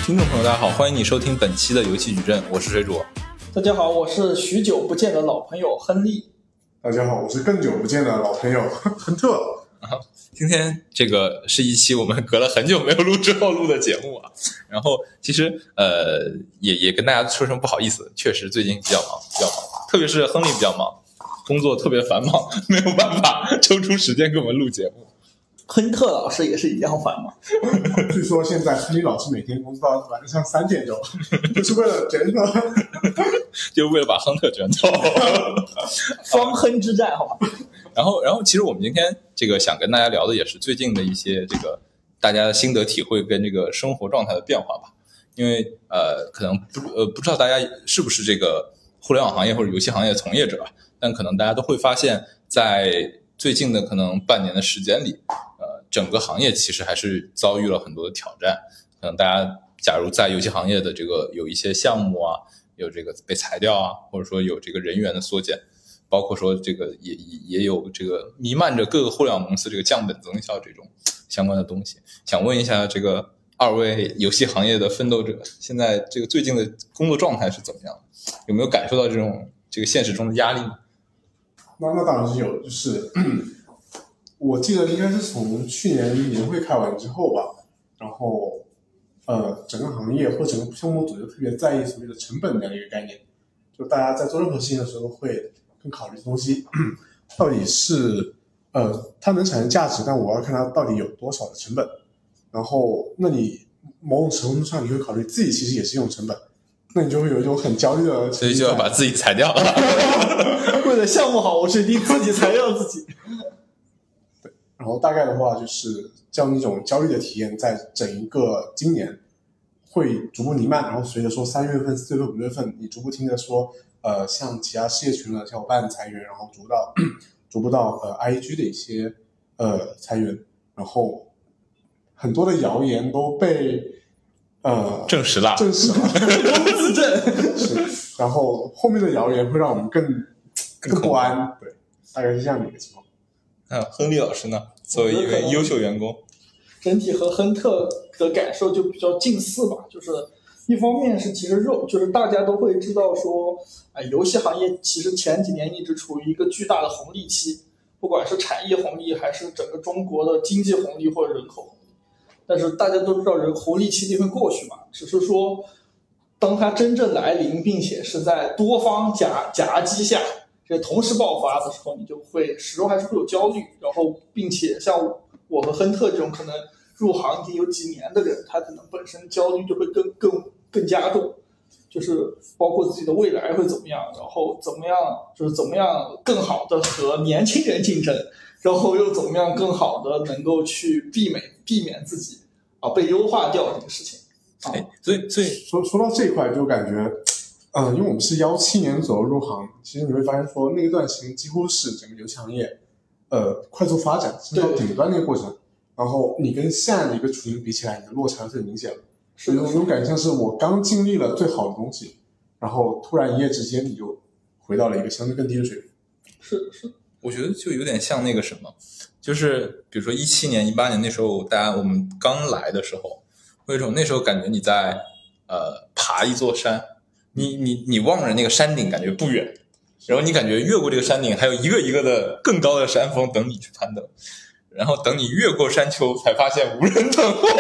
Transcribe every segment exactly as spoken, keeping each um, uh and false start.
听众朋友大家好，欢迎你收听本期的游戏矩阵，我是水煮。 大家好，我是许久不见的老朋友亨利。 大家好，我是更久不见的老朋友亨特。 啊，今天这个是一期我们隔了很久没有录之后录的节目啊。然后其实呃也也跟大家说声不好意思，确实最近比较忙，比较忙，特别是亨利比较忙，工作特别繁忙，没有办法抽出时间给我们录节目。 亨特老师也是一样烦吗？ 据说现在亨利老师每天工作到晚上三点钟，就是为了卷走， 就是为了把亨特卷走， 双亨之战，好吧。 然后，然后其实我们今天这个想跟大家聊的也是最近的一些这个大家的心得体会跟这个生活状态的变化吧。因为呃，可能不呃不知道大家是不是这个互联网行业或者游戏行业的从业者，但可能大家都会发现，在最近的可能半年的时间里，呃，整个行业其实还是遭遇了很多的挑战。可能大家假如在游戏行业的这个有一些项目啊，有这个被裁掉啊，或者说有这个人员的缩减，包括说这个也也有这个弥漫着各个互联网公司这个降本增效这种相关的东西。想问一下这个二位游戏行业的奋斗者，现在这个最近的工作状态是怎么样的？有没有感受到这种这个现实中的压力呢？ 那那当然是有，就是我记得应该是从去年年会开完之后吧，然后呃，整个行业或整个项目组就特别在意所谓的成本这样一个概念，就大家在做任何事情的时候会更考虑的东西到底是呃它能产生价值，但我要看它到底有多少的成本。然后那你某种程度上你会考虑自己其实也是一种成本，那你就会有一种很焦虑的， 所以就要把自己裁掉了。 为了项目好，我决定自己裁掉自己。 对，然后大概的话就是这样一种焦虑的体验，在整一个今年会逐步弥漫，然后随着说三月份、四月份、五月份，你逐步听着说，呃，像其他事业群的小伙伴裁员，然后逐步到逐步到呃 I E G 的一些呃裁员，然后很多的谣言都被呃证实了， 证实了， 自证是，然后后面的谣言会让我们更更不安，对，大概是这样的一个情况。 那亨利老师呢？作为一位优秀员工， 整体和亨特的感受就比较近似吧，就是一方面是其实肉，就是大家都会知道说，哎，游戏行业其实前几年一直处于一个巨大的红利期，不管是产业红利还是整个中国的经济红利或者人口红利，但是大家都知道人红利期一定会过去嘛，只是说当它真正来临，并且是在多方夹夹击下这同时爆发的时候，你就会始终还是会有焦虑，然后并且像我和亨特这种可能入行已经有几年的人，他可能本身焦虑就会更更更加重，就是包括自己的未来会怎么样，然后怎么样就是怎么样更好的和年轻人竞争，然后又怎么样更好的能够去避免避免自己啊被优化掉这个事情。啊、 哎，所以所以说说到这一块，就感觉，嗯、呃，因为我们是幺七年左右入行，其实你会发现说那一段时间几乎是整个游戏行业，呃，快速发展升到顶端那个过程。然后你跟现在的一个处境比起来，你的落差最明显了。 是有种感觉像是我刚经历了最好的东西，然后突然一夜之间你就回到了一个相对更低的水平。 是是， 我觉得就有点像那个什么，就是比如说一七年、一八年那时候，大家我们刚来的时候，会有一种那时候感觉你在呃爬一座山，你你你望着那个山顶感觉不远，然后你感觉越过这个山顶还有一个一个的更高的山峰等你去攀登，然后等你越过山丘才发现无人等候。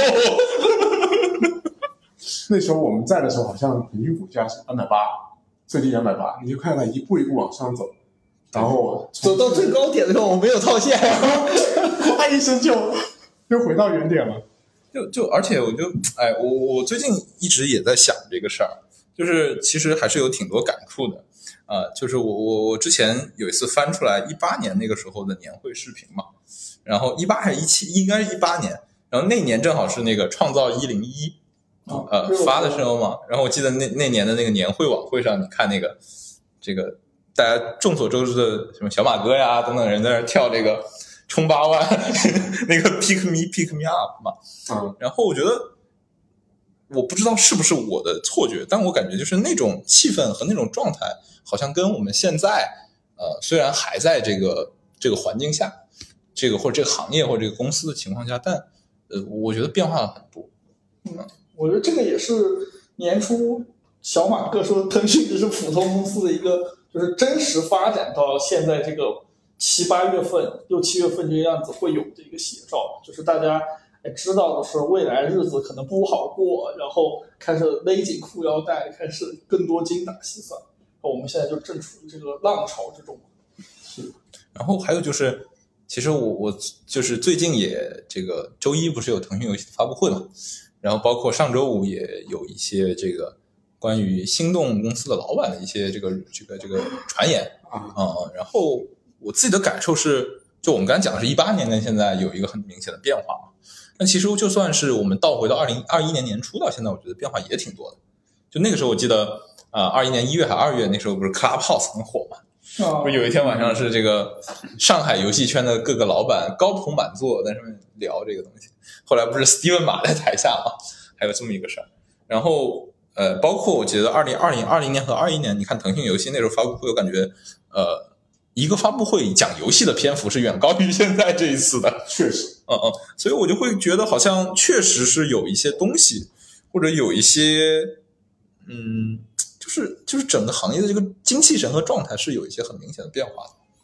那时候我们在的时候，好像平均股价是两百八，最低两百八，你就看它一步一步往上走，然后走到最高点的时候，我没有套现， 哗一声就又回到原点了。 就就而且我就哎，我我最近一直也在想这个事儿，就是其实还是有挺多感触的啊、呃。就是我我我之前有一次翻出来一八年那个时候的年会视频嘛，然后一八还是一七，应该是一八年，然后那年正好是那个创造一零一。呃，发的时候嘛，然后我记得那那年的那个年会晚会上，你看那个这个大家众所周知的什么小马哥呀等等人在那跳这个冲八万那个 pick me pick me up 嘛， 嗯， 然后我觉得我不知道是不是我的错觉，但我感觉就是那种气氛和那种状态，好像跟我们现在呃虽然还在这个这个环境下，这个或者这个行业或者这个公司的情况下，但呃我觉得变化了很多。 嗯，我觉得这个也是年初小马哥说腾讯只是普通公司的一个，就是真实发展到现在这个七八月份、六七月份这个样子会有的一个写照，就是大家哎知道的是未来日子可能不好过，然后开始勒紧裤腰带，开始更多精打细算。我们现在就正处于这个浪潮之中。 是， 然后还有就是，其实我我就是最近也这个周一不是有腾讯游戏的发布会嘛，然后包括上周五也有一些这个关于心动公司的老板的一些这个这个这个传言啊、嗯，然后我自己的感受是，就我们刚才讲的是一八年跟现在有一个很明显的变化嘛，但其实就算是我们倒回到二零二一年年初到现在，我觉得变化也挺多的。就那个时候我记得。啊，二一年一月还二月那时候不是 Clubhouse 很火嘛？ 哦、 不是有一天晚上是这个上海游戏圈的各个老板高朋满座在上面聊这个东西。后来不是 Steven 马在台下嘛，还有这么一个事儿。然后呃，包括我觉得二零二零二零年和二一年，你看腾讯游戏那时候发布会，我感觉呃一个发布会讲游戏的篇幅是远高于现在这一次的。 确实， 嗯嗯，所以我就会觉得好像确实是有一些东西，或者有一些嗯。就是就是整个行业的这个精气神和状态是有一些很明显的变化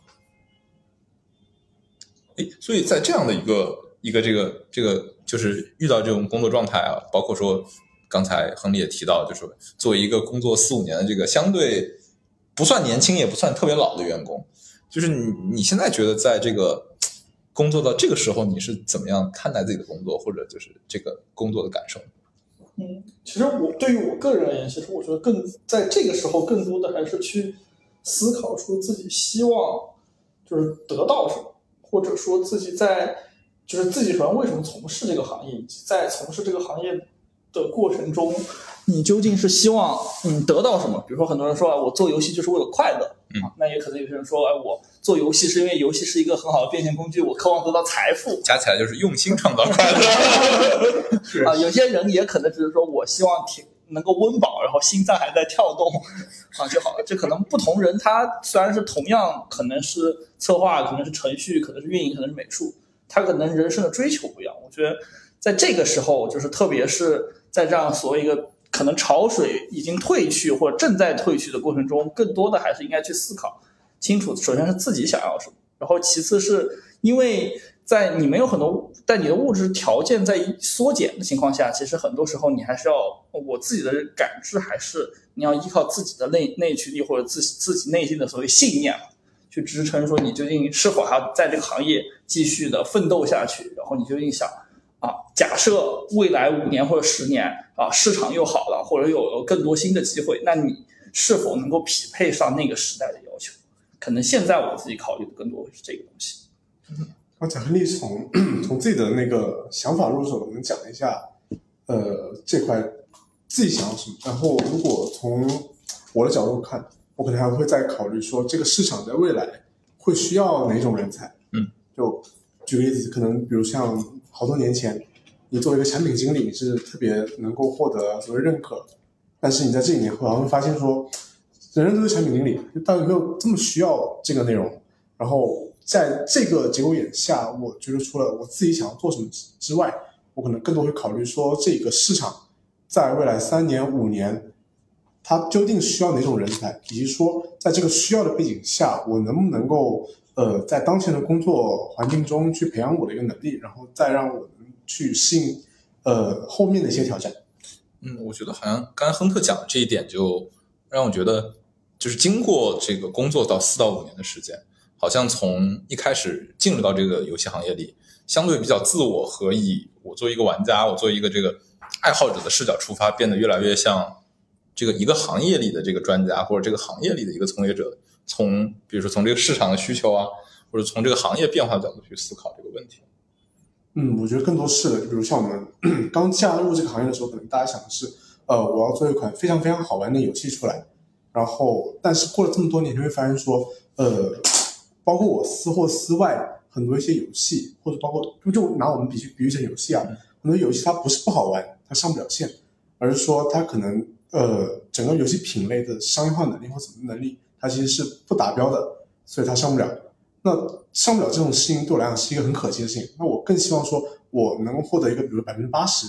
的。诶，所以在这样的一个一个这个这个就是遇到这种工作状态啊，包括说刚才亨利也提到，就是作为一个工作四五年的这个相对不算年轻也不算特别老的员工，就是你你现在觉得在这个工作到这个时候，你是怎么样看待自己的工作，或者就是这个工作的感受？ 嗯，其实我对于我个人而言，其实我觉得更在这个时候，更多的还是去思考出自己希望就是得到什么，或者说自己在就是自己首先为什么从事这个行业，以及在从事这个行业的过程中，你究竟是希望嗯得到什么？比如说很多人说啊，我做游戏就是为了快乐， 嗯， 那也可能有些人说，哎，我做游戏是因为游戏是一个很好的变现工具，我渴望得到财富， 加起来就是用心创造快乐。 啊，有些人也可能只是说我希望挺能够温饱，然后心脏还在跳动啊就好了。这可能不同人，他虽然是同样可能是策划，可能是程序，可能是运营，可能是美术，他可能人生的追求不一样。我觉得在这个时候，就是特别是在这样所谓一个可能潮水已经退去或者正在退去的过程中，更多的还是应该去思考清楚，首先是自己想要什么，然后其次是因为在你没有很多，在你的物质条件在缩减的情况下，其实很多时候你还是要，我自己的感知还是你要依靠自己的内内驱力或者自自己内心的所谓信念去支撑，说你究竟是否还要在这个行业继续的奋斗下去，然后你究竟想啊，假设未来五年或者十年啊，市场又好了，或者有更多新的机会，那你是否能够匹配上那个时代的要求？可能现在我自己考虑的更多是这个东西。 刚才亨利从从自己的那个想法入手，我们讲一下，呃，这块自己想要什么。然后，如果从我的角度看，我可能还会再考虑说，这个市场在未来会需要哪种人才。 嗯， 就举个例子，可能比如像好多年前，你作为一个产品经理是特别能够获得所谓认可，但是你在这几年后，好像会发现说，人人都是产品经理，到底没有这么需要这个内容。然后在这个节骨眼下，我觉得除了我自己想要做什么之外，我可能更多会考虑说，这个市场在未来三年五年它究竟需要哪种人才，以及说在这个需要的背景下，我能不能够呃在当前的工作环境中去培养我的一个能力，然后再让我能去适应呃后面的一些挑战。 嗯，我觉得好像刚才亨特讲的这一点，就让我觉得就是经过这个工作到四到五年的时间，好像从一开始进入到这个游戏行业里，相对比较自我和以我作为一个玩家，我作为一个这个爱好者的视角出发，变得越来越像这个一个行业里的这个专家，或者这个行业里的一个从业者，从比如说从这个市场的需求啊，或者从这个行业变化的角度去思考这个问题。 嗯，我觉得更多是的，就比如像我们刚加入这个行业的时候，可能大家想的是，呃，我要做一款非常非常好玩的游戏出来，然后但是过了这么多年，你会发现说，呃，包括我私或私外很多一些游戏，或者包括就就拿我们比喻比喻成游戏啊，很多游戏它不是不好玩，它上不了线，而是说它可能呃整个游戏品类的商业化能力或什么能力，它其实是不达标的，所以它上不了。那上不了这种事情对我来讲是一个很可惜的事情。那我更希望说，我能获得一个比如百分之八十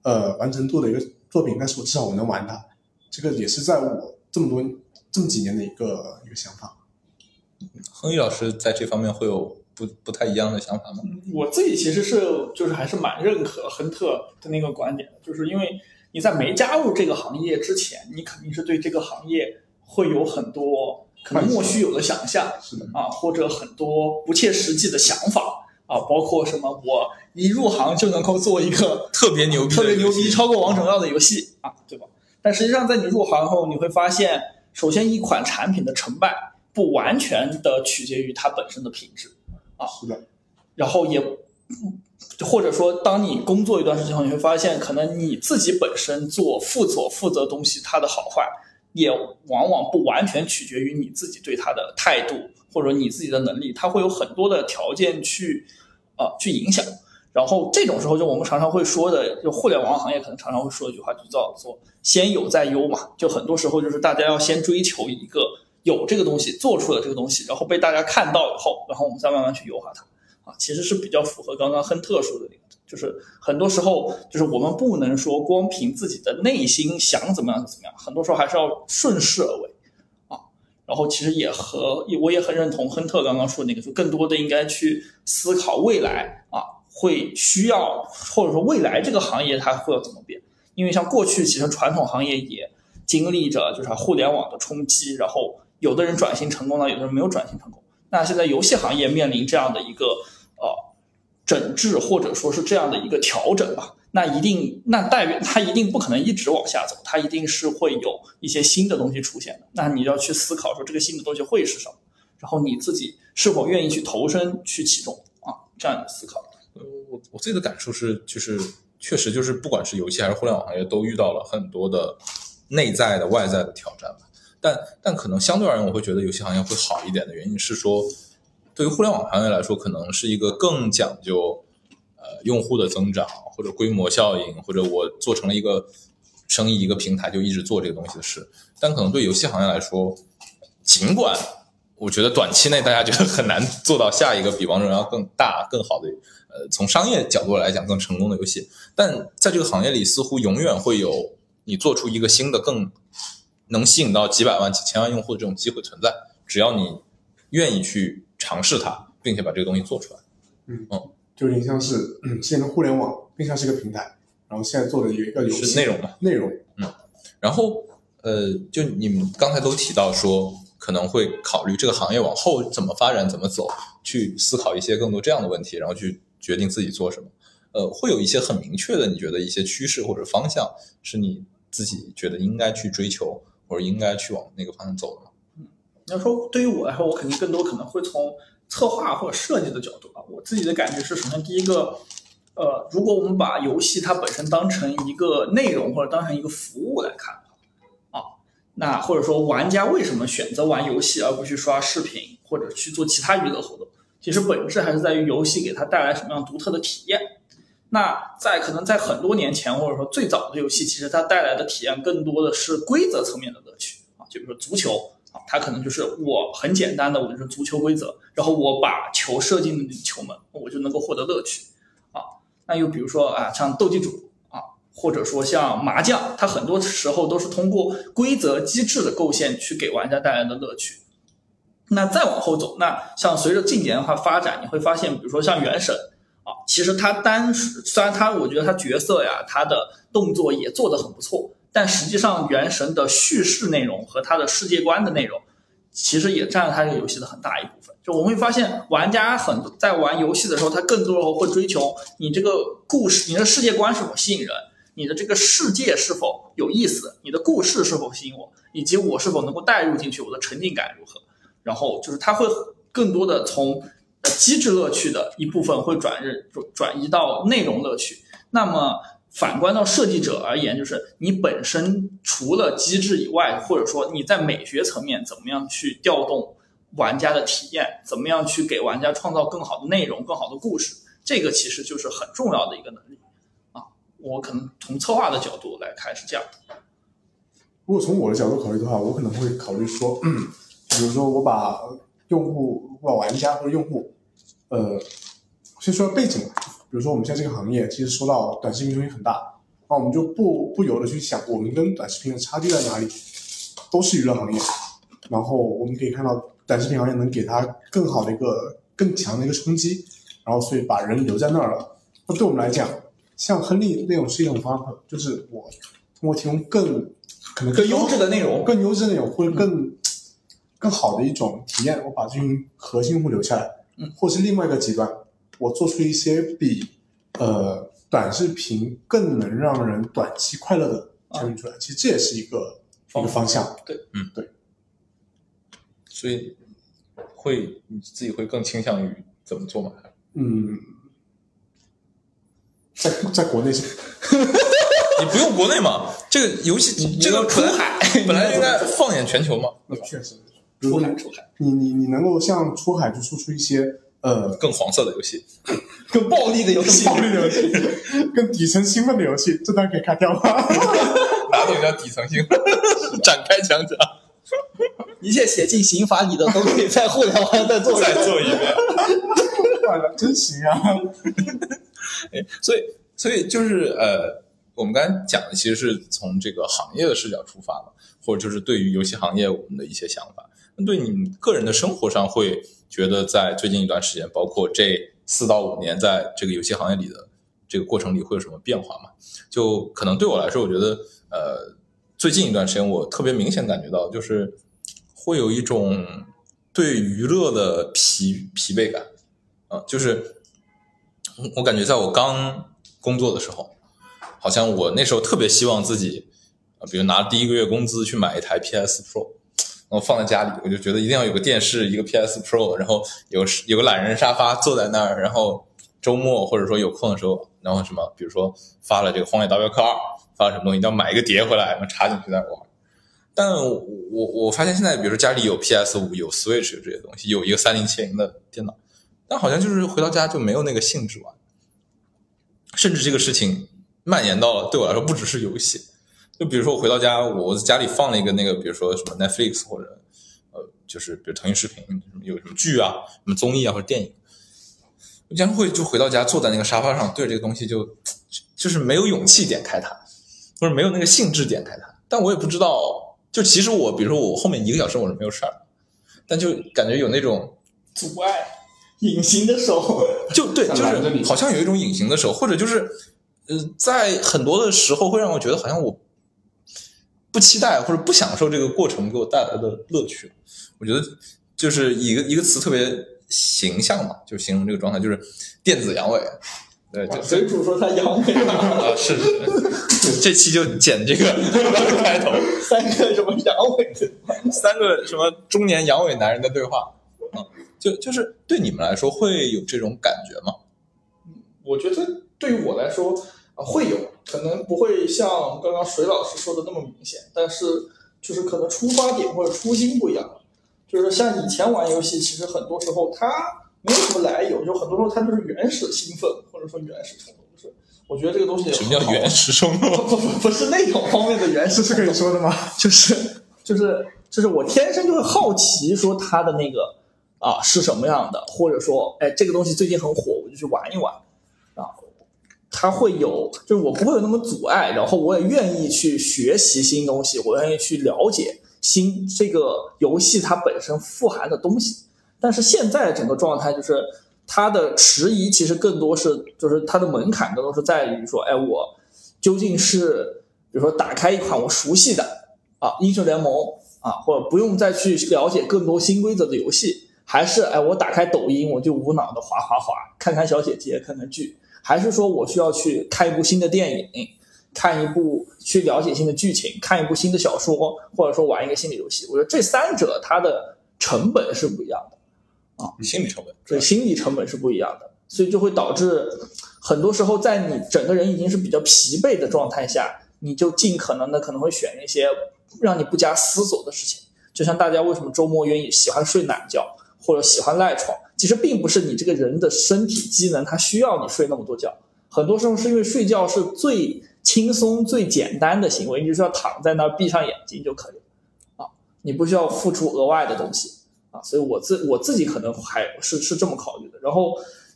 呃完成度的一个作品，但是我至少我能玩它，这个也是在我这么多这么几年的一个一个想法。 亨利老师在这方面会有不不太一样的想法吗？ 我自己其实是就是还是蛮认可亨特的那个观点的，就是因为你在没加入这个行业之前，你肯定是对这个行业会有很多可能莫须有的想象， 是的啊，或者很多不切实际的想法啊，包括什么我一入行就能够做一个特别牛逼特别牛逼超过王者荣耀的游戏啊，对吧？但实际上在你入行后，你会发现，首先一款产品的成败不完全的取决于它本身的品质啊， 是的， 然后也或者说当你工作一段时间后，你会发现可能你自己本身做负责负责东西它的好坏也往往不完全取决于你自己对它的态度或者你自己的能力，它会有很多的条件去呃去影响。然后这种时候就我们常常会说的，就互联网行业可能常常会说一句话，就叫做先有再优嘛，就很多时候就是大家要先追求一个有这个东西，做出了这个东西，然后被大家看到以后，然后我们再慢慢去优化它啊，其实是比较符合刚刚亨特说的那个，就是很多时候就是我们不能说光凭自己的内心想怎么样怎么样，很多时候还是要顺势而为啊。然后其实也和我也很认同亨特刚刚说的那个，就更多的应该去思考未来啊，会需要或者说未来这个行业它会要怎么变。因为像过去其实传统行业也经历着就是互联网的冲击，然后有的人转型成功了，有的人没有转型成功。那现在游戏行业面临这样的一个呃整治或者说是这样的一个调整吧，那一定那代表它一定不可能一直往下走，它一定是会有一些新的东西出现的。那你要去思考说这个新的东西会是什么，然后你自己是否愿意去投身去其中啊，这样的思考。 呃，我我自己的感受是，就是确实就是不管是游戏还是互联网行业，都遇到了很多的内在的、外在的挑战吧。但但可能相对而言，我会觉得游戏行业会好一点的原因是说，对于互联网行业来说，可能是一个更讲究呃用户的增长或者规模效应，或者我做成了一个生意一个平台就一直做这个东西的事。但可能对游戏行业来说，尽管我觉得短期内大家觉得很难做到下一个比王者荣耀更大更好的呃从商业角度来讲更成功的游戏，但在这个行业里似乎永远会有你做出一个新的更能吸引到几百万几千万用户的这种机会存在，只要你愿意去尝试它并且把这个东西做出来。 嗯嗯，就有点像是嗯，之前的互联网更像是一个平台，然后现在做的有一个游戏是内容嘛内容嗯，然后呃就你们刚才都提到说可能会考虑这个行业往后怎么发展怎么走，去思考一些更多这样的问题，然后去决定自己做什么。呃，会有一些很明确的你觉得一些趋势或者方向是你自己觉得应该去追求或者应该去往那个方向走的吗？ 嗯，要说对于我来说，我肯定更多可能会从策划或者设计的角度啊，我自己的感觉是，首先第一个，呃，如果我们把游戏它本身当成一个内容或者当成一个服务来看啊，那或者说玩家为什么选择玩游戏而不去刷视频或者去做其他娱乐活动，其实本质还是在于游戏给它带来什么样独特的体验。那在可能在很多年前或者说最早的游戏，其实它带来的体验更多的是规则层面的乐趣啊，就比如说足球啊，它可能就是我很简单的，我就是足球规则，然后我把球射进球门，我就能够获得乐趣啊。那又比如说啊，像斗地主啊，或者说像麻将，它很多时候都是通过规则机制的构建去给玩家带来的乐趣。那再往后走，那像随着近年化发展，你会发现，比如说像原神。啊，其实他单虽然他我觉得他角色呀，他的动作也做得很不错，但实际上原神的叙事内容和他的世界观的内容，其实也占了他这个游戏的很大一部分。就我们会发现，玩家很在玩游戏的时候，他更多的时候会追求你这个故事，你的世界观是否吸引人，你的这个世界是否有意思，你的故事是否吸引我，以及我是否能够带入进去，我的沉浸感如何。然后就是他会更多的从机制乐趣的一部分会转日转移到内容乐趣。那么反观到设计者而言，就是你本身除了机制以外，或者说你在美学层面怎么样去调动玩家的体验，怎么样去给玩家创造更好的内容更好的故事，这个其实就是很重要的一个能力啊。我可能从策划的角度来看是这样的。 如果从我的角度考虑的话，我可能会考虑说，嗯，比如说我把用户或把玩家或者用户呃，先说背景吧。比如说我们现在这个行业其实受到短视频冲击很大，然那我们就不不由得去想我们跟短视频的差距在哪里，都是娱乐行业，然后我们可以看到短视频行业能给它更好的一个更强的一个冲击，然后所以把人留在那儿了。那对我们来讲，像亨利那种是一种方法，就是我通过提供更可能更优质的内容， 更优质的内容或者更、嗯、更好的一种体验，我把这群核心用户留下来， 嗯，或是另外一个极端，我做出一些比呃短视频更能让人短期快乐的产品出来，啊、其实这也是一个一个方向。 对， 嗯， 对。 所以会你自己会更倾向于怎么做吗？ 嗯，在在国内是。 你不用国内嘛？这个游戏，这个出海本来应该放眼全球嘛。 确实， 出海出海。 你你你能够像出海去输出一些呃更黄色的游戏， 更暴力的游戏， 更暴力的游戏，更底层兴奋的游戏，这段可以开掉吗？ 哪种叫底层兴奋？展开讲讲。 一切写进刑法里的都可以在互联网上再做再做一遍。 真行啊！ 所以所以就是呃。我们刚才讲的其实是从这个行业的视角出发嘛，或者就是对于游戏行业我们的一些想法。那对你个人的生活上，会觉得在最近一段时间，包括这四到五年，在这个游戏行业里的这个过程里，会有什么变化吗？就可能对我来说，我觉得呃，最近一段时间我特别明显感觉到，就是会有一种对娱乐的疲疲惫感啊、呃，就是我感觉在我刚工作的时候。好像我那时候特别希望自己，呃，比如拿第一个月工资去买一台 P S Pro， 然后放在家里，我就觉得一定要有个电视，一个 P S Pro， 然后有有个懒人沙发坐在那儿，然后周末或者说有空的时候，然后什么，比如说发了这个《荒野大镖客二》，发了什么东西，要买一个碟回来，然后插进去再玩。但我我我发现现在，比如说家里有 P S 五， 有 Switch 有这些东西，有一个三零七零的电脑，但好像就是回到家就没有那个兴致玩，甚至这个事情。蔓延到了对我来说不只是游戏，就比如说我回到家，我家里放了一个那个，比如说什么 Netflix 或者呃，就是比如腾讯视频有什么剧啊、什么综艺啊或者电影，我经常会就回到家坐在那个沙发上，对着这个东西就就是没有勇气点开它，或者没有那个兴致点开它。但我也不知道，就其实我比如说我后面一个小时我是没有事儿，但就感觉有那种阻碍、隐形的手， 就对，就是好像有一种隐形的手，或者就是。呃，在很多的时候会让我觉得好像我不期待或者不享受这个过程给我带来的乐趣。我觉得就是一个一个词特别形象嘛，就形容这个状态，就是电子阳痿。对，就水主说他阳痿了啊，是是，这期就剪这个开头， 三个什么阳痿对话， 三个什么中年阳痿男人的对话啊，就就是对你们来说会有这种感觉吗？ 我觉得对于我来说。会有可能不会像刚刚水老师说的那么明显，但是就是可能出发点或者初心不一样。就是像以前玩游戏，其实很多时候它没有什么来由，就很多时候它就是原始兴奋或者说原始冲动。就是我觉得这个东西什么叫原始冲动？ 不不不是那种方面的原始， 是可以说的吗？ 就是就是就是我天生就会好奇，说它的那个啊是什么样的，或者说哎这个东西最近很火，我就去玩一玩啊。它会有，就是我不会有那么阻碍，然后我也愿意去学习新东西，我愿意去了解新这个游戏它本身富含的东西。但是现在整个状态就是它的迟疑其实更多是，就是它的门槛更多是在于说，哎，我究竟是比如说打开一款我熟悉的啊英雄联盟啊，或者不用再去了解更多新规则的游戏，还是哎我打开抖音我就无脑的滑滑滑，看看小姐姐，看看剧。还是说我需要去看一部新的电影，看一部去了解新的剧情，看一部新的小说，或者说玩一个新的游戏。我觉得这三者它的成本是不一样的啊， 心理成本， 对，心理成本是不一样的，所以就会导致很多时候在你整个人已经是比较疲惫的状态下，你就尽可能的可能会选一些让你不加思索的事情。就像大家为什么周末愿意喜欢睡懒觉或者喜欢赖床，其实并不是你这个人的身体机能它需要你睡那么多觉，很多时候是因为睡觉是最轻松最简单的行为，你只需要躺在那儿闭上眼睛就可以啊，你不需要付出额外的东西啊，所以我自我自己可能还是是这么考虑的。然后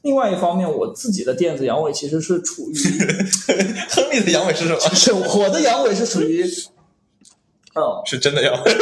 另外一方面，我自己的电子阳痿其实是处于亨利的阳痿是什么？ 是我的阳痿是属于，嗯， 是真的阳痿，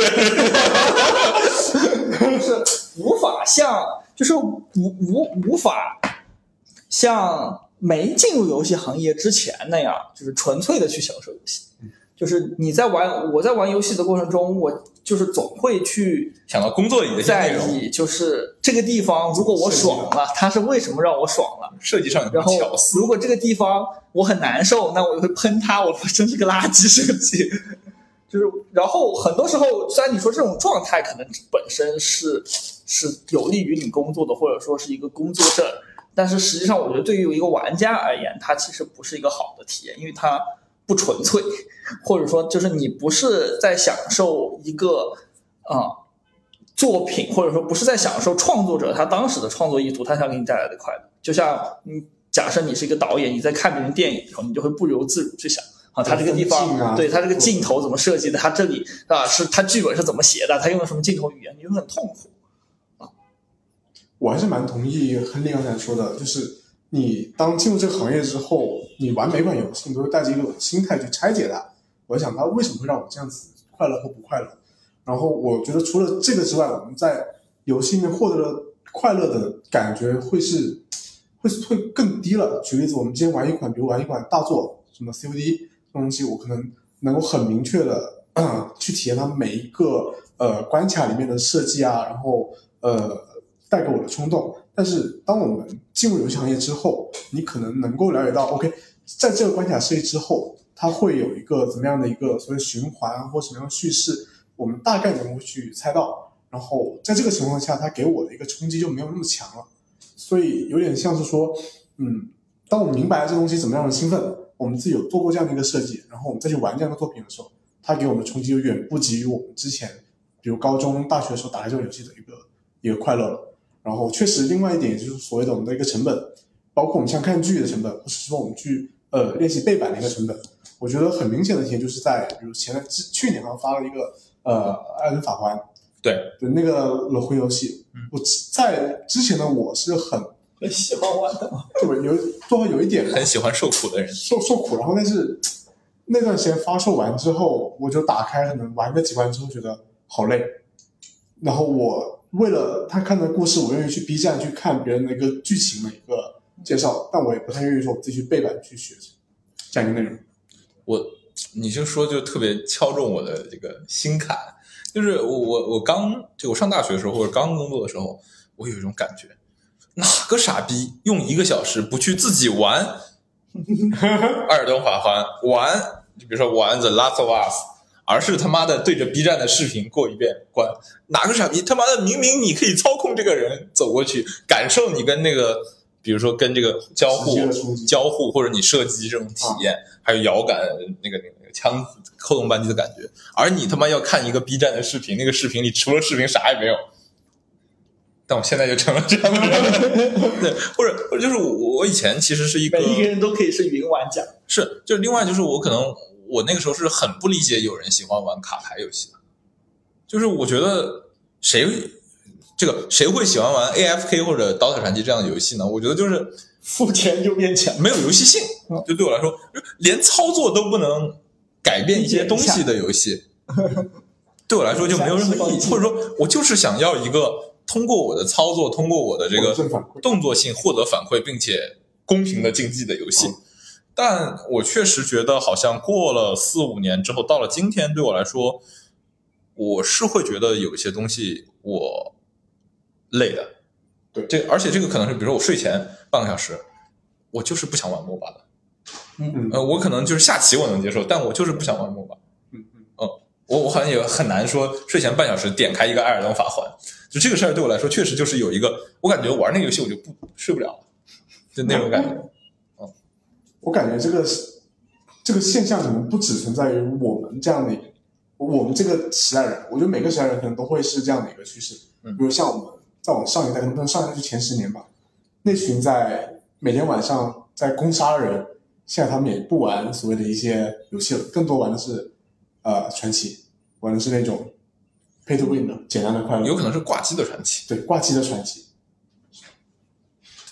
就是无法像，就是无无无法像没进入游戏行业之前那样，就是纯粹的去享受游戏。就是你在玩，我在玩游戏的过程中，我就是总会去想到工作里的一些在内容， 意，就是这个地方如果我爽了，它是为什么让我爽了？ 设计上有什然后么巧思？ 如果这个地方我很难受，那我就会喷它，我真是个垃圾设计。就是，然后很多时候，虽然你说这种状态可能本身是是有利于你工作的，或者说是一个工作证，但是实际上，我觉得对于一个玩家而言，它其实不是一个好的体验，因为它不纯粹，或者说就是你不是在享受一个啊、呃、作品，或者说不是在享受创作者他当时的创作意图，他想给你带来的快乐。就像你假设你是一个导演，你在看别人电影的时候，你就会不由自主去想。啊，他这个地方， 啊、 对他这个镜头怎么设计的？他这里啊，是他剧本是怎么写的？他用了什么镜头语言？你会很痛苦啊。 我还是蛮同意亨利刚才说的，就是你当进入这个行业之后，你玩每款游戏，你都会带着一种心态去拆解它。我想它为什么会让我这样子快乐或不快乐？然后我觉得除了这个之外，我们在游戏里面获得的快乐的感觉会是会会更低了。举例子，我们今天玩一款，比如玩一款大作，什么 C O D。东西我可能能够很明确的、呃、去体验它每一个呃关卡里面的设计啊，然后呃带给我的冲动。但是当我们进入游戏行业之后，你可能能够了解到 OK 在这个关卡设计之后，它会有一个怎么样的一个所谓循环或什么样的叙事，我们大概能够去猜到。然后在这个情况下，它给我的一个冲击就没有那么强了。所以有点像是说嗯，当我们明白了这东西怎么样的兴奋，我们自己有做过这样的一个设计，然后我们再去玩这样的作品的时候，它给我们的冲击就远不及于我们之前比如高中大学的时候打开这种游戏的一个一个快乐了。然后确实另外一点就是所谓的我们的一个成本，包括我们像看剧的成本，或是说我们去呃练习背板的一个成本。我觉得很明显的体现就是在比如前去年好像发了一个呃艾伦法环对的那个轮回游戏、嗯、我在之前的我是很很喜欢玩的， 对，有多少有一点很喜欢受苦的人， 受受苦。然后，但是那段时间发售完之后，我就打开，可能玩个几关之后觉得好累。然后我为了他看的故事，我愿意去 B 站去看别人的一个剧情的一个介绍，但我也不太愿意说我自己去背板去学这样一个内容。 我你就说就特别敲中我的这个心坎，就是我我我刚就我上大学的时候或者刚工作的时候，我有一种感觉。哪个傻逼用一个小时不去自己玩艾尔登法环，玩就比如说玩 The Last of Us， 而是他妈的对着 B 站的视频过一遍关？哪个傻逼他妈的明明你可以操控这个人走过去，感受你跟那个比如说跟这个交互交互或者你射击这种体验、啊、还有摇杆那个那个枪扣动扳机的感觉，而你他妈要看一个 B 站的视频，那个视频里除了视频啥也没有。但我现在就成了这样的人，对，或者或者就是我我以前其实是一个每一个人都可以是云玩家， 是，就另外就是我可能我那个时候是很不理解有人喜欢玩卡牌游戏的，就是我觉得谁这个谁会喜欢玩 A F K 或者刀塔传奇这样的游戏呢？我觉得就是付钱就变强， 没有游戏性，就对我来说连操作都不能改变一些东西的游戏，对我来说就没有任何意义，或者说我就是想要一个通过我的操作，通过我的这个动作性获得反馈，并且公平的竞技的游戏。嗯、但我确实觉得好像过了四五年之后，到了今天，对我来说，我是会觉得有一些东西我累的。 对， 这而且这个可能是比如说我睡前半个小时，我就是不想玩 M O B A 的。 嗯呃，我可能就是下棋我能接受，但我就是不想玩 M O B A。 嗯嗯嗯，我我好像也很难说睡前半小时点开一个艾尔登法环。就这个事儿对我来说确实就是有一个我感觉玩那个游戏我就不睡不了了，就那种感觉。嗯， 我感觉这个这个现象可能不只存在于我们这样的我们这个时代人，我觉得每个时代人可能都会是这样的一个趋势。 嗯， 比如像我们在往上一代，可能上一代就前十年吧，那群在每天晚上在攻杀的人，现在他们也不玩所谓的一些游戏了，更多玩的是呃传奇，玩的是那种pay to win 的简单的快乐， 有可能是挂机的传奇， 对，挂机的传奇。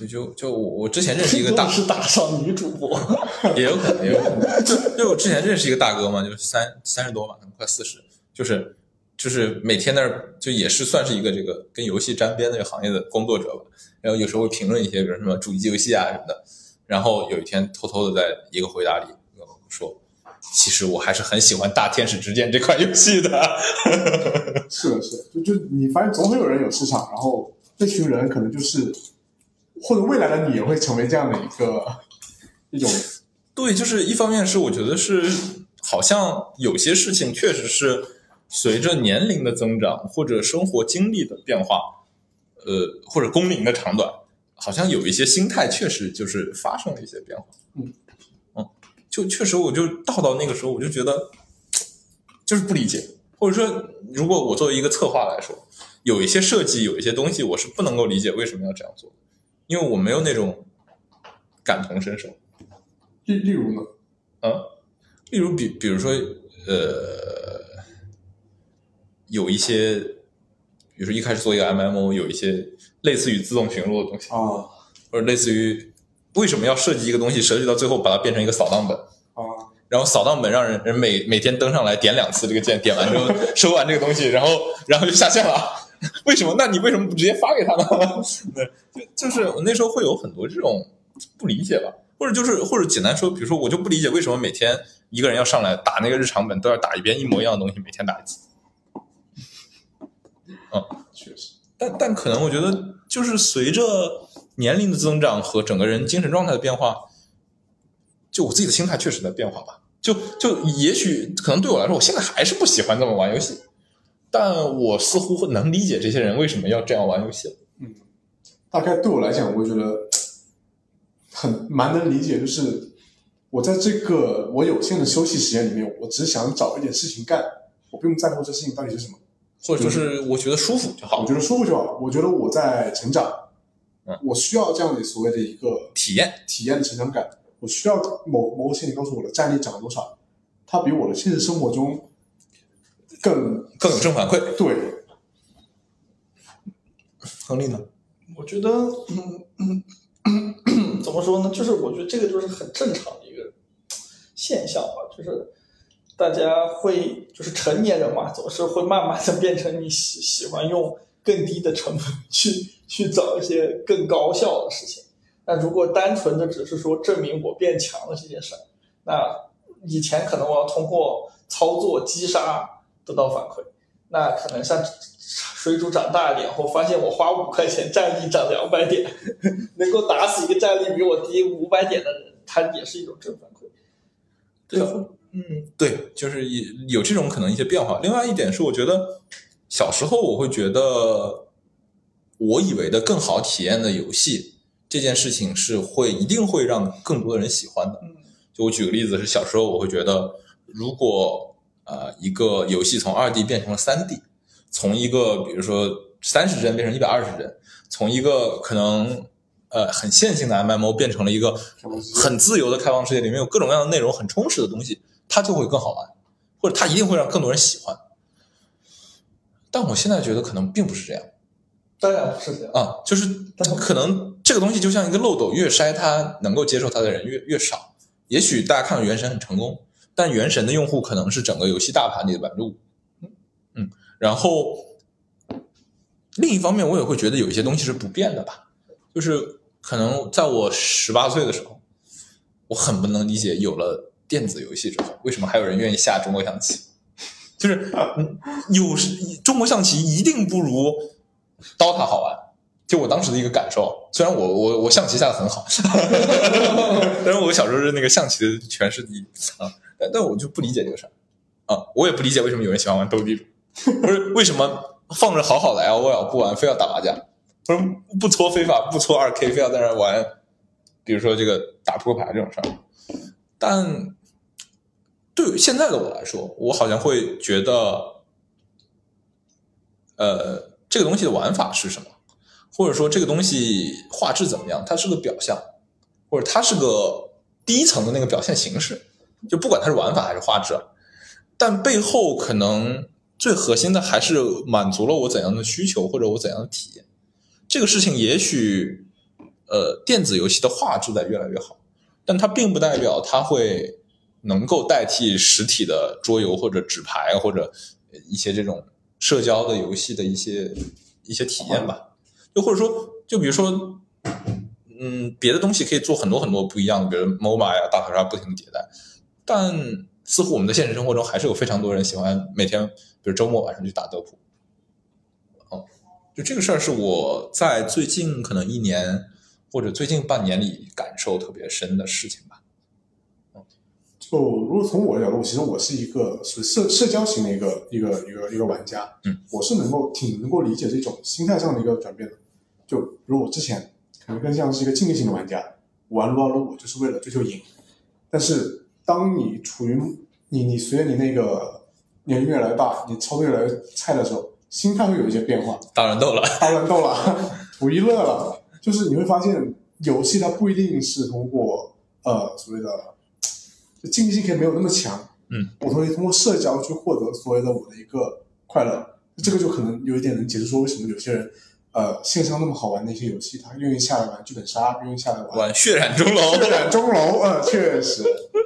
就就就我我之前认识一个大是打上女主播， 也有可能，也有可能。就就我之前认识一个大哥嘛，就是三三十多吧，可能快四十，就是就是每天那儿就也是算是一个这个跟游戏沾边的这个行业的工作者吧。然后有时候会评论一些，比如什么主机游戏啊什么的。然后有一天偷偷的在一个回答里说，其实我还是很喜欢《大天使之剑》这款游戏的。 是的，是的，就就你发现总会有人有市场，然后这群人可能就是。或者未来的你也会成为这样的一个一种， 对，就是一方面是我觉得是好像有些事情确实是随着年龄的增长或者生活经历的变化，呃，或者工龄的长短，好像有一些心态确实就是发生了一些变化。 嗯嗯，就确实我就到到那个时候，我就觉得就是不理解，或者说如果我作为一个策划来说，有一些设计有一些东西我是不能够理解为什么要这样做。因为我没有那种感同身受。 例例如呢？ 啊，例如比比如说呃，有一些，比如说一开始做一个 M M O， 有一些类似于自动寻路的东西啊， 或者类似于为什么要设计一个东西，设计到最后把它变成一个扫荡本啊， 然后扫荡本让人人每每天登上来点两次这个键，点完之后收完这个东西，然后然后就下线了。为什么？那你为什么不直接发给他呢？对，就就是我那时候会有很多这种不理解吧，或者就是或者简单说，比如说我就不理解为什么每天一个人要上来打那个日常本都要打一遍一模一样的东西，每天打一次。嗯， 确实， 但但可能我觉得就是随着年龄的增长和整个人精神状态的变化，就我自己的心态确实在变化吧。就就也许可能对我来说，我现在还是不喜欢这么玩游戏。但我似乎能理解这些人为什么要这样玩游戏了。 嗯，大概对我来讲，我觉得很蛮能理解，就是我在这个我有限的休息时间里面，我只想找一点事情干，我不用在乎这事情到底是什么， 或者就是我觉得舒服就好。 我觉得舒服就好。我觉得我在成长， 嗯， 我需要这样的所谓的一个体验体验的成长感，我需要某某个事情告诉我的战力涨了多少，它比我的现实生活中。更更有正反馈。 对， 亨利呢？ 我觉得，嗯嗯嗯，怎么说呢？就是我觉得这个就是很正常的一个现象吧，就是大家会就是成年人嘛，总是会慢慢的变成你喜喜欢用更低的成本去去找一些更高效的事情。那如果单纯的只是说证明我变强了这件事，那以前可能我要通过操作击杀得到反馈，那可能像水煮长大一点后，发现我花五块钱战力涨两百点，能够打死一个战力比我低五百点的人，它也是一种正反馈。 对，嗯，对，就是有这种可能一些变化。另外一点是，我觉得小时候我会觉得，我以为的更好体验的游戏这件事情是会一定会让更多的人喜欢的。就我举个例子，是小时候我会觉得，如果呃，一个游戏从二 D 变成了三 D， 从一个比如说三十帧变成一百二十帧，从一个可能呃很线性的 M M O 变成了一个很自由的开放世界，里面有各种各样的内容，很充实的东西，它就会更好玩，或者它一定会让更多人喜欢。但我现在觉得可能并不是这样。 当然不是这样啊，就是可能这个东西就像一个漏斗，越筛它能够接受它的人越越少。也许大家看到原神很成功，但原神的用户可能是整个游戏大盘里的 百分之五。 嗯，然后另一方面我也会觉得有一些东西是不变的吧，就是可能在我十八岁的时候，我很不能理解有了电子游戏之后为什么还有人愿意下中国象棋，就是有中国象棋一定不如 D O T A 好玩，就我当时的一个感受。虽然我我我象棋下的很好但是我小时候是那个象棋的全是第一啊，但但我就不理解这个事儿啊，我也不理解为什么有人喜欢玩斗地主，不是为什么放着好好的 L O L 不玩，非要打麻将，不是不搓非法不搓 二 K， 非要在那玩，比如说这个打扑克牌这种事儿。但对于现在的我来说，我好像会觉得呃这个东西的玩法是什么，或者说这个东西画质怎么样，它是个表象，或者它是个第一层的那个表现形式，就不管它是玩法还是画质，但背后可能最核心的还是满足了我怎样的需求或者我怎样的体验。这个事情也许呃电子游戏的画质在越来越好，但它并不代表它会能够代替实体的桌游或者纸牌或者一些这种社交的游戏的一些一些体验吧。就或者说，就比如说，嗯，别的东西可以做很多很多不一样的，比如 M O B A 呀、大逃杀不停的迭代，但似乎我们的现实生活中还是有非常多人喜欢每天，比如周末晚上去打德扑。哦，就这个事儿是我在最近可能一年或者最近半年里感受特别深的事情吧。 就如果从我的角度，其实我是一个属于社社交型的一个一个一个一个玩家， 嗯， 我是能够挺能够理解这种心态上的一个转变的。就比如我之前可能更像是一个竞技型的玩家，我玩撸啊撸我就是为了追求赢，但是当你处于你你随着你那个年龄越来越大，你操作越来越菜的时候，心态会有一些变化， 大乱斗了， 大乱斗了，图一乐了，就是你会发现游戏它不一定是通过呃所谓的竞技性可以没有那么强， 嗯， 我可以通过社交去获得所谓的我的一个快乐，这个就可能有一点能解释说为什么有些人呃线上那么好玩的一些游戏，他愿意下来玩剧本杀，愿意下来玩玩血染钟楼， 血染钟楼，呃，确实，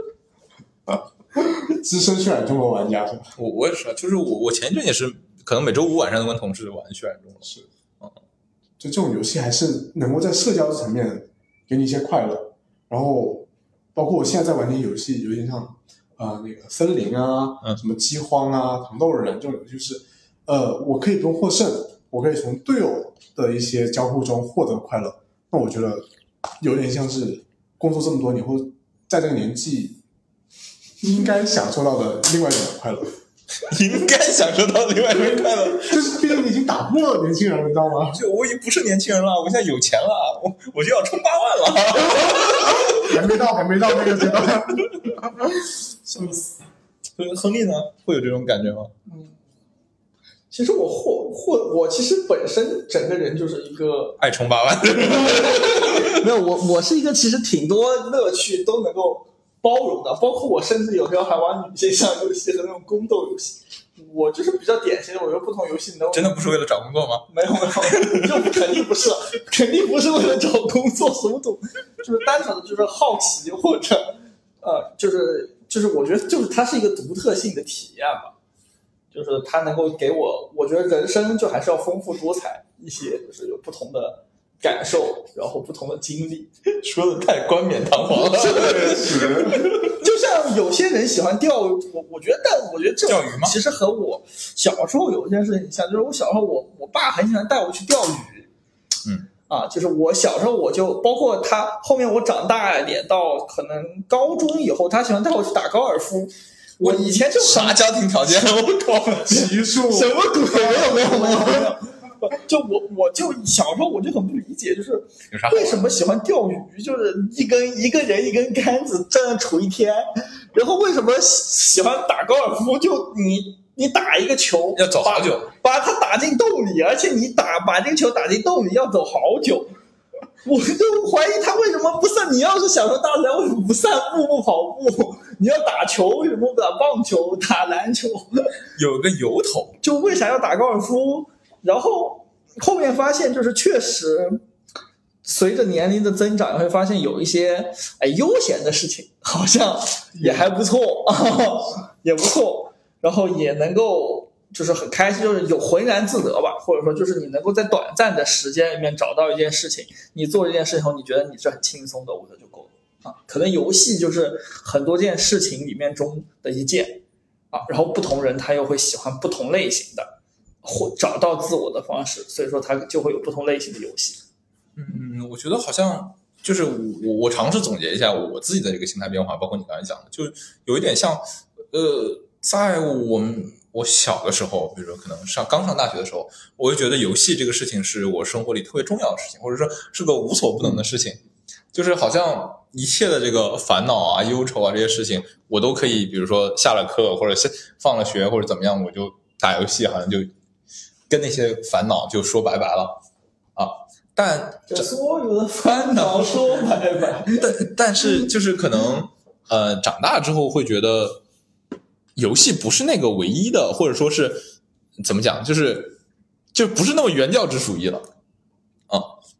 资深血染钟楼玩家是吧？ 我我也是，就是我我前一阵也是，可能每周五晚上都跟同事玩血染钟楼， 是，嗯，就这种游戏还是能够在社交层面给你一些快乐，然后。包括我现在在玩的游戏，有点像呃那个森林啊， 嗯， 什么饥荒啊、糖豆人这种游戏，就是呃我可以不用获胜，我可以从队友的一些交互中获得快乐。那我觉得有点像是工作这么多年，或在这个年纪应该享受到的另外一种快乐。 应该享受到另外一种快乐， 就是毕竟你已经打破了年轻人了，你知道吗？ 就我已经不是年轻人了，我现在有钱了，我我就要冲八万了， 还没到，还没到那个阶段。 笑死！亨利呢，会有这种感觉吗？ 嗯，其实我或或我其实本身整个人就是一个爱冲八万， 没有我我是一个其实挺多乐趣都能够包容的，包括我甚至有时候还玩女性向游戏和那种宫斗游戏。我就是比较典型的，我觉得不同游戏能真的不是为了找工作吗？ 没有没有，就肯定不是，肯定不是为了找工作，什么都就是单纯的就是好奇或者呃，就是就是我觉得就是它是一个独特性的体验吧，就是它能够给我，我觉得人生就还是要丰富多彩一些，就是有不同的感受，然后不同的经历。 说的太冠冕堂皇了， 就像有些人喜欢钓鱼，我我觉得，但我觉得这钓鱼吗？ 其实和我小时候有一件事情像，就是我小时候我我爸很喜欢带我去钓鱼， 嗯啊，就是我小时候我就包括他后面我长大一点到可能高中以后，他喜欢带我去打高尔夫。我以前就啥家庭条件？我靠， 级数什么鬼？没有没有没有没有。就我我就小时候我就很不理解，就是为什么喜欢钓鱼，就是一根一个人一根杆子这样杵一天，然后为什么喜欢打高尔夫，就你你打一个球要走好久， 把它打进洞里，而且你打把这个球打进洞里要走好久。我就怀疑他为什么不散，你要是享受大自然，为什么不散步不跑步？你要打球，为什么不打棒球打篮球？ 有个由头， 就为啥要打高尔夫？然后后面发现，就是确实随着年龄的增长，你会发现有一些哎悠闲的事情，好像也还不错，也不错，然后也能够就是很开心，就是有浑然自得吧，或者说就是你能够在短暂的时间里面找到一件事情，你做这件事情后，你觉得你是很轻松的，我觉得就够了啊。可能游戏就是很多件事情里面中的一件啊，然后不同人他又会喜欢不同类型的。或找到自我的方式，所以说它就会有不同类型的游戏。 嗯，我觉得好像就是我我尝试总结一下我自己的这个心态变化，包括你刚才讲的，就有一点像，呃，在我们我小的时候，比如说可能上刚上大学的时候，我就觉得游戏这个事情是我生活里特别重要的事情，或者说是个无所不能的事情，就是好像一切的这个烦恼啊、忧愁啊这些事情，我都可以，比如说下了课或者放了学或者怎么样，我就打游戏，好像就。跟那些烦恼就说拜拜了啊！但这所有的烦恼说拜拜。 但但是就是可能呃长大之后会觉得游戏不是那个唯一的，或者说是怎么讲，就是就不是那么原教旨主义了啊！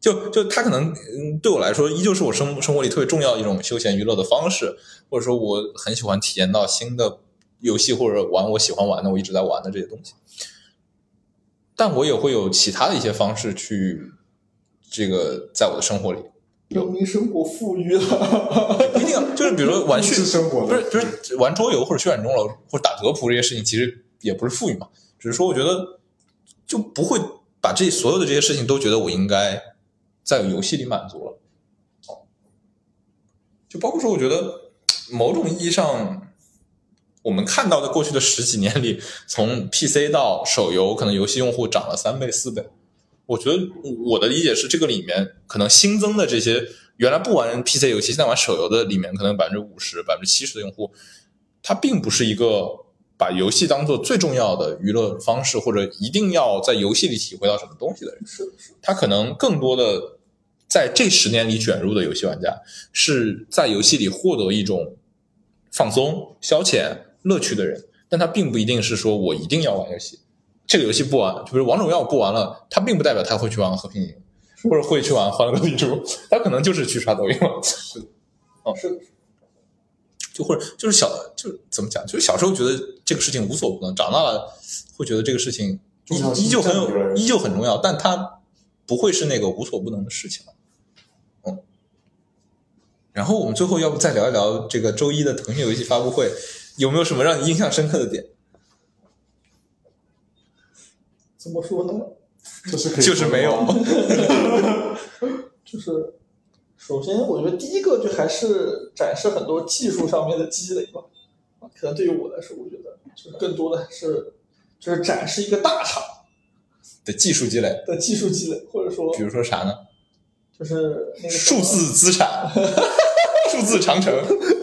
就就它可能嗯对我来说依旧是我生生活里特别重要的一种休闲娱乐的方式，或者说我很喜欢体验到新的游戏或者玩我喜欢玩的我一直在玩的这些东西。但我也会有其他的一些方式去这个在我的生活里。 人民生活富裕了， 不一定，就是比如说玩虚生活， 不是就是玩桌游或者血染钟楼或者打德扑这些事情，其实也不是富裕嘛，只是说我觉得就不会把这所有的这些事情都觉得我应该在游戏里满足了。就包括说，我觉得某种意义上，我们看到的过去的十几年里，从 P C 到手游，可能游戏用户涨了三倍四倍。我觉得我的理解是，这个里面可能新增的这些原来不玩 P C 游戏，现在玩手游的里面，可能百分之五十、百分之七十的用户，它并不是一个把游戏当做最重要的娱乐方式，或者一定要在游戏里体会到什么东西的人。 是是， 他可能更多的在这十年里卷入的游戏玩家，是在游戏里获得一种放松、消遣、乐趣的人，但他并不一定是说我一定要玩游戏。这个游戏不玩，就比如王者荣耀不玩了，他并不代表他会去玩和平营，或者会去玩欢乐个地图，他可能就是去刷抖音了。 是的， 哦， 是的， 就或者就是小，就怎么讲，就是小时候觉得这个事情无所不能，长大了会觉得这个事情依依旧很有，依旧很重要，但它不会是那个无所不能的事情了。嗯。然后我们最后要不再聊一聊这个周一的腾讯游戏发布会，有没有什么让你印象深刻的点？ 怎么说呢？ 就是可以就是没有， 就是首先，我觉得第一个就还是展示很多技术上面的积累吧。可能对于我来说，我觉得就是更多的还是就是展示一个大厂的技术积累的技术积累，或者说比如说啥呢？ 就是那个数字资产，数字长城。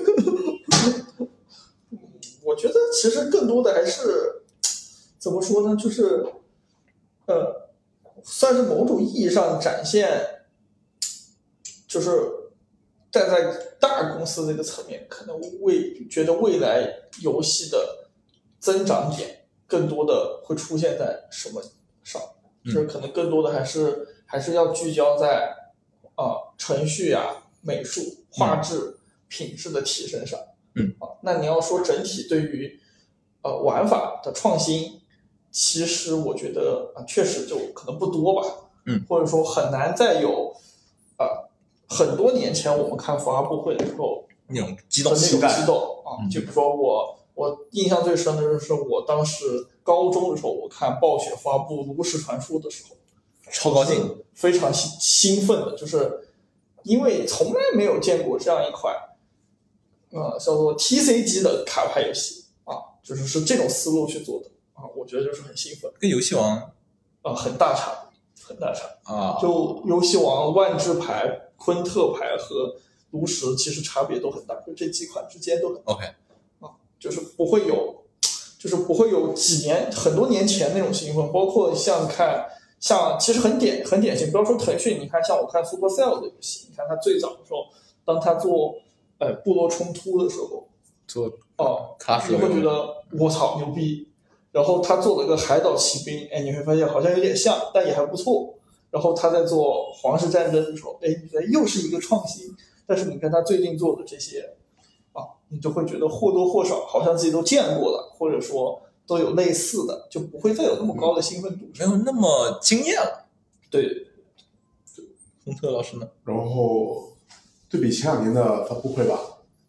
我觉得其实更多的还是怎么说呢？就是呃，算是某种意义上展现，就是站在大公司这个层面，可能未觉得未来游戏的增长点更多的会出现在什么上？就是可能更多的还是还是要聚焦在啊、呃、程序啊、美术、画质、品质的提升上。 嗯啊，那你要说整体对于呃玩法的创新，其实我觉得啊、呃、确实就可能不多吧。 嗯， 或者说很难再有呃很多年前我们看发布会的时候那种激动那种激动啊， 嗯、 就比如说我我印象最深的就是我当时高中的时候，我看暴雪发布炉石传说的时候， 超高兴， 非常兴兴奋的，就是因为从来没有见过这样一款呃叫做 T C 级的卡牌游戏啊，就是是这种思路去做的啊，我觉得就是很兴奋。 跟游戏王啊很大差很大差啊， 就游戏王、万智牌、昆特牌和炉石其实差别都很大，就这几款之间都很 OK 啊，就是不会有，就是不会有几年很多年前那种兴奋，包括像看像其实很典很典型，不要说腾讯，你看像我看 Supercell 的游戏，你看它最早的时候，当它做呃部落冲突的时候， 做哦， 卡你会觉得我操牛逼。然后他做了个海岛骑兵，哎，你会发现好像有点像，但也还不错。然后他在做皇室战争的时候，哎，你觉得又是一个创新。但是你看他最近做的这些，啊，你就会觉得或多或少好像自己都见过了，或者说都有类似的，就不会再有那么高的兴奋度， 没有那么惊艳了。 对， 洪特老师呢？ 然后对比前两年的发布会吧。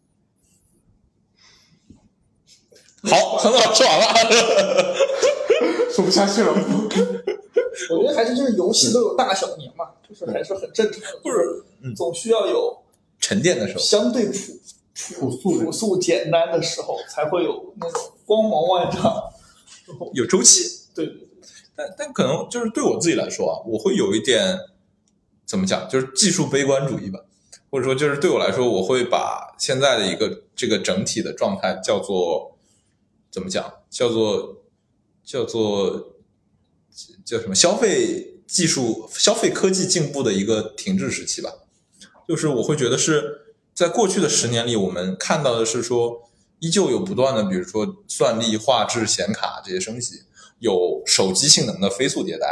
好，很好，说完了， 说不下去了。 我觉得还是就是游戏都有大小年嘛，就是还是很正常的，就是总需要有沉淀的时候， 相对朴朴素朴素简单的时候，才会有那种光芒万丈， 有周期。 对对对。 但但可能就是对我自己来说啊，我会有一点怎么讲，就是技术悲观主义吧，或者说就是对我来说，我会把现在的一个这个整体的状态叫做。怎么讲？叫做叫做叫什么？消费技术、消费科技进步的一个停滞时期吧。就是我会觉得是在过去的十年里，我们看到的是说，依旧有不断的，比如说算力、画质、显卡这些升级，有手机性能的飞速迭代，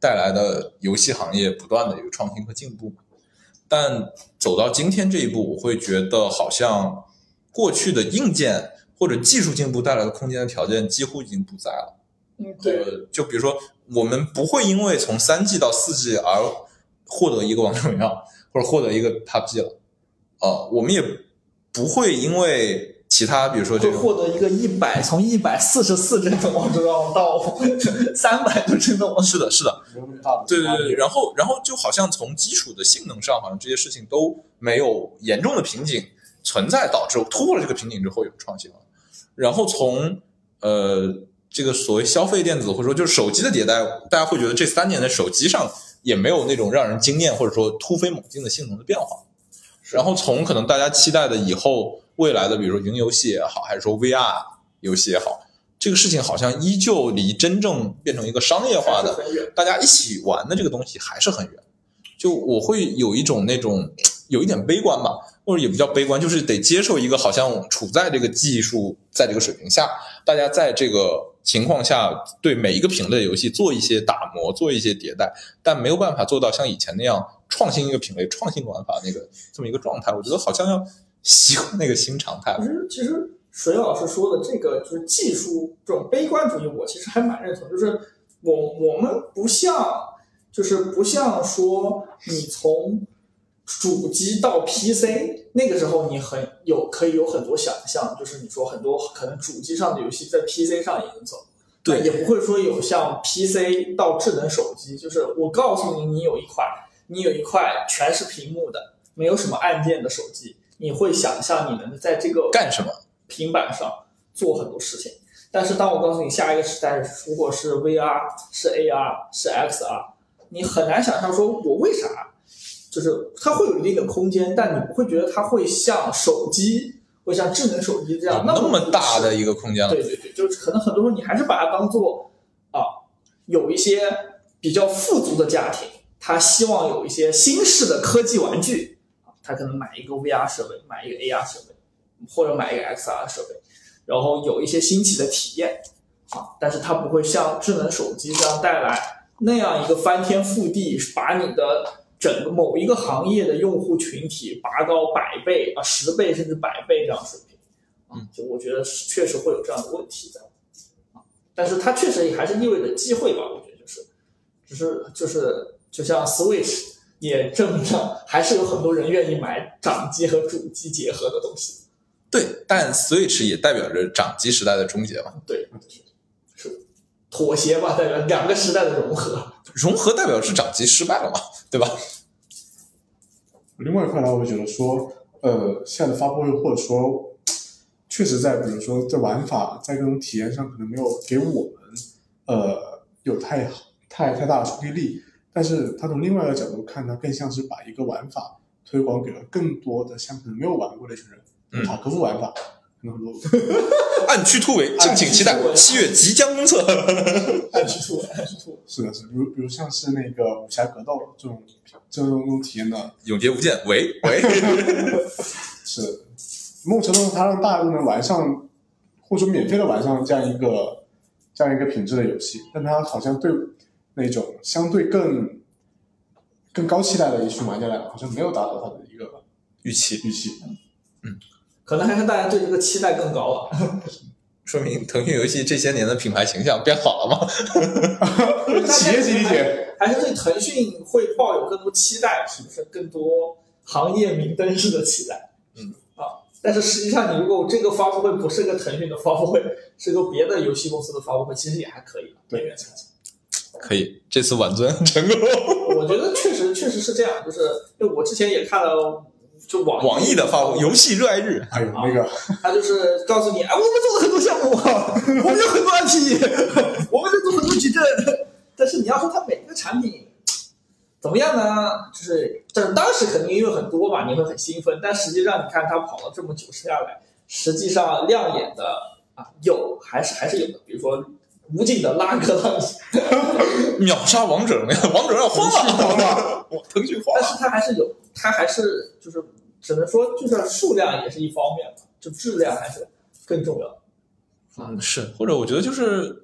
带来的游戏行业不断的一个创新和进步。但走到今天这一步，我会觉得好像过去的硬件或者技术进步带来的空间的条件几乎已经不在了。 嗯，对、 呃，就比如说我们不会因为从三 G 到四 G 而获得一个王者荣耀或者获得一个 P U B G 了，呃，我们也不会因为其他比如说这种会获得一个一百从一百四十四帧的王者荣耀到三百多帧的王者。 是的，是的，对对对。然后然后就好像从基础的性能上，好像这些事情都没有严重的瓶颈存在，导致突破了这个瓶颈之后有创新了。然后从呃这个所谓消费电子或者说就是手机的迭代，大家会觉得这三年的手机上也没有那种让人惊艳或者说突飞猛进的性能的变化。然后从可能大家期待的以后未来的比如说云游戏也好，还是说 V R 游戏也好，这个事情好像依旧离真正变成一个商业化的大家一起玩的这个东西还是很远。就我会有一种那种有一点悲观吧，或者也不叫悲观，就是得接受一个好像处在这个技术在这个水平下，大家在这个情况下对每一个品类的游戏做一些打磨，做一些迭代，但没有办法做到像以前那样创新一个品类，创新玩法那个这么一个状态。我觉得好像要习惯那个新常态。 其实其实水老师说的这个就是技术这种悲观主义，我其实还蛮认同。就是我我们不像就是不像说你从主机到 P C 那个时候你很有可以有很多想象，就是你说很多可能主机上的游戏在 P C 上也能走， 对， 也不会说有像 P C 到智能手机，就是我告诉你，你有一块你有一块全是屏幕的没有什么按键的手机，你会想象你能在这个干什么平板上做很多事情。但是当我告诉你下一个时代如果是 V R 是 A R 是 X R， 你很难想象说我为啥，就是它会有一定的空间，但你不会觉得它会像手机会像智能手机这样那么么大的一个空间了。 对对对，就是可能很多时候你还是把它当做啊，有一些比较富足的家庭，他希望有一些新式的科技玩具，他可能买一个 V R 设备，买一个 A R 设备，或者买一个 X R 设备，然后有一些新奇的体验啊，但是它不会像智能手机这样带来那样一个翻天覆地，把你的整个某一个行业的用户群体拔高百倍啊、十倍甚至百倍这样水平啊，就我觉得确实会有这样的问题在啊，但是它确实也还是意味着机会吧，我觉得就是，只是就是就像 Switch 也证明了，还是有很多人愿意买掌机和主机结合的东西。 对，但 Switch 也代表着掌机时代的终结嘛。 对，是妥协吧，代表两个时代的融合。 融合代表是掌机失败了嘛，对吧？ 另外一块呢，我会觉得说，呃，现在的发布会或者说，确实在比如说在玩法在各种体验上可能没有给我们呃有太太太大的冲击力，但是它从另外一个角度看，它更像是把一个玩法推广给了更多的像可能没有玩过的一群人。 嗯， 塔科夫玩法，可能很多暗区突围，敬请期待，七月即将公测。 暗区突围，暗区突围， 是的，是的，比如比如像是那个武侠格斗这种这种这种体验的， 永劫无间，喂喂， 是某种程度上它让大家都能玩上，或者说免费的玩上这样一个这样一个品质的游戏，但它好像对那种相对更更高期待的一群玩家来好像没有达到它的一个预期预期。 嗯，可能还是大家对这个期待更高了。 说明腾讯游戏这些年的品牌形象变好了吗？ 企业级理解， 还是对腾讯会抱有更多期待，是不是更多行业明灯式的期待？ 嗯啊，但是实际上，你如果这个发布会不是个腾讯的发布会，是个别的游戏公司的发布会，其实也还可以。 对， 可以，这次晚尊成功。 我觉得确实确实是这样，就是因为我之前也看了。就网网易的发布游戏热爱日， 还有那个， 他就是告诉你，哎，我们做了很多项目，我们有很多 I P， 我们在做很多矩阵，但是你要说它每一个产品怎么样呢？就是，但是当时肯定因为很多嘛，你会很兴奋，但实际上你看它跑了这么久下来，实际上亮眼的啊有还是还是有的，比如说无尽的拉格朗秒杀王者荣耀，王者荣耀慌了，腾讯慌了， 但是它还是有，它还是就是。只能说，就是数量也是一方面，就质量还是更重要。 嗯，是，或者我觉得就是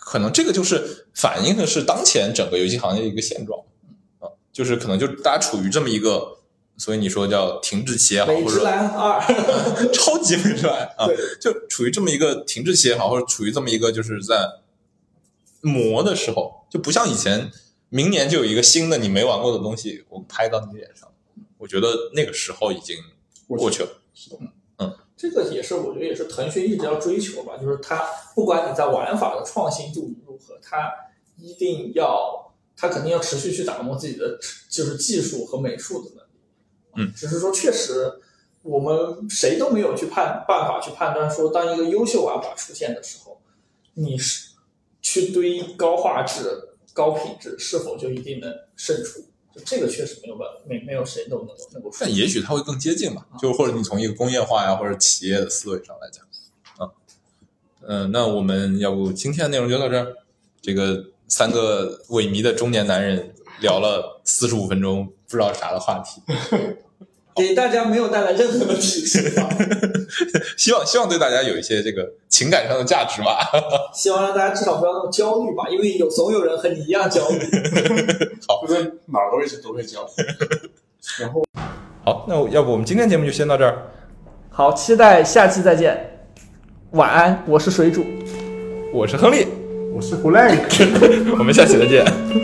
可能这个就是反映的是当前整个游戏行业的一个现状啊，就是可能就大家处于这么一个，所以你说叫停滞期也好， 美之蓝二超级美之蓝啊，就处于这么一个停滞期也好，或者处于这么一个就是在磨的时候，就不像以前明年就有一个新的你没玩过的东西我拍到你脸上，我觉得那个时候已经过去了。 是的， 嗯， 这个也是我觉得也是腾讯一直要追求吧，就是它不管你在玩法的创新度如何，它一定要它肯定要持续去打磨自己的就是技术和美术的能力。 嗯， 只是说确实我们谁都没有去判办法去判断说，当一个优秀玩法出现的时候，你是去堆高画质、高品质是否就一定能胜出？就这个确实没有办法，没没有谁都能够能够。 但也许它会更接近吧，啊、就或者你从一个工业化呀或者企业的思维上来讲，啊，嗯、呃，那我们要不今天的内容就到这儿。这个三个萎靡的中年男人聊了四十五分钟，不知道啥的话题。 给大家没有带来任何的启发， 希望希望对大家有一些这个情感上的价值吧。 希望让大家至少不要那么焦虑吧，因为有总有人和你一样焦虑。 好，就是哪个位置都会焦虑。然后， 好，那要不我们今天节目就先到这儿。 好，期待下期再见。晚安，我是水煮， 我是亨利， 我是胡赖， 我们下期再见。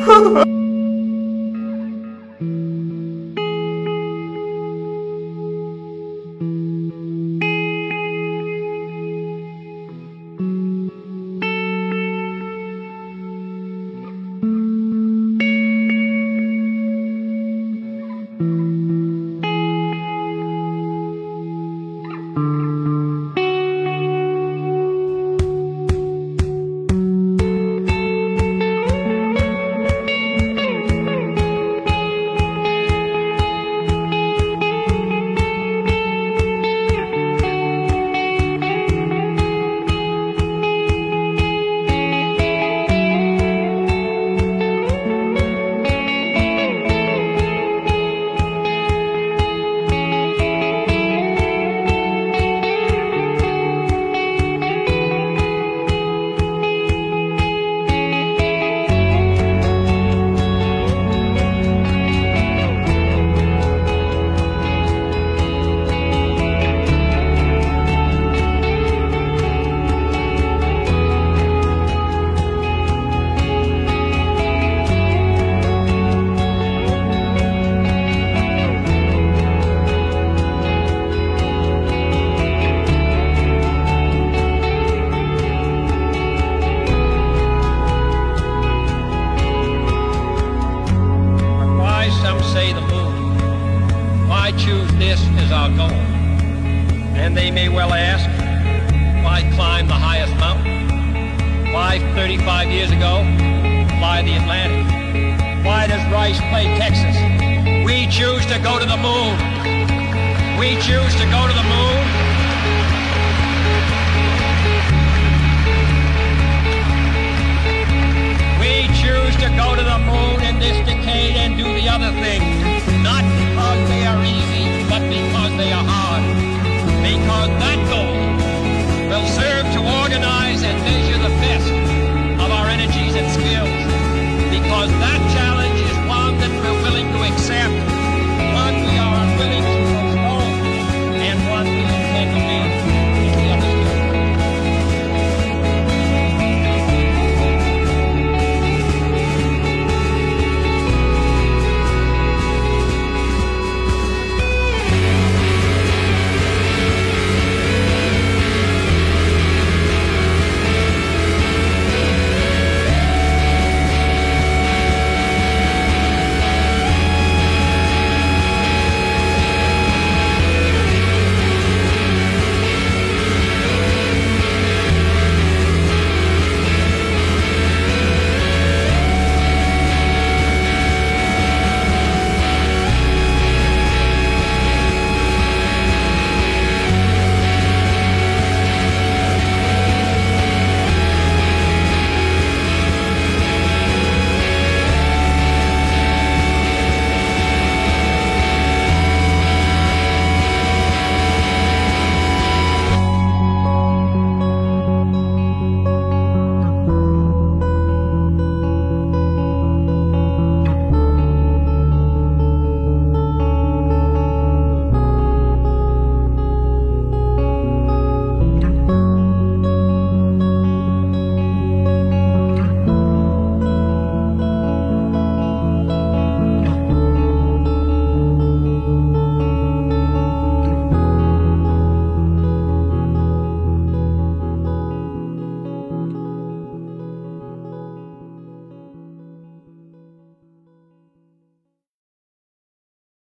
And they may well ask, why climb the highest mountain? Why thirty-five years ago fly the Atlantic? Why does Rice play Texas? We choose to go to the moon. We choose to go to the moon. We choose to go to the moon in this decade and do the other things, not because they are easy, but because they are hard. Because that goal will serve to organize and measure the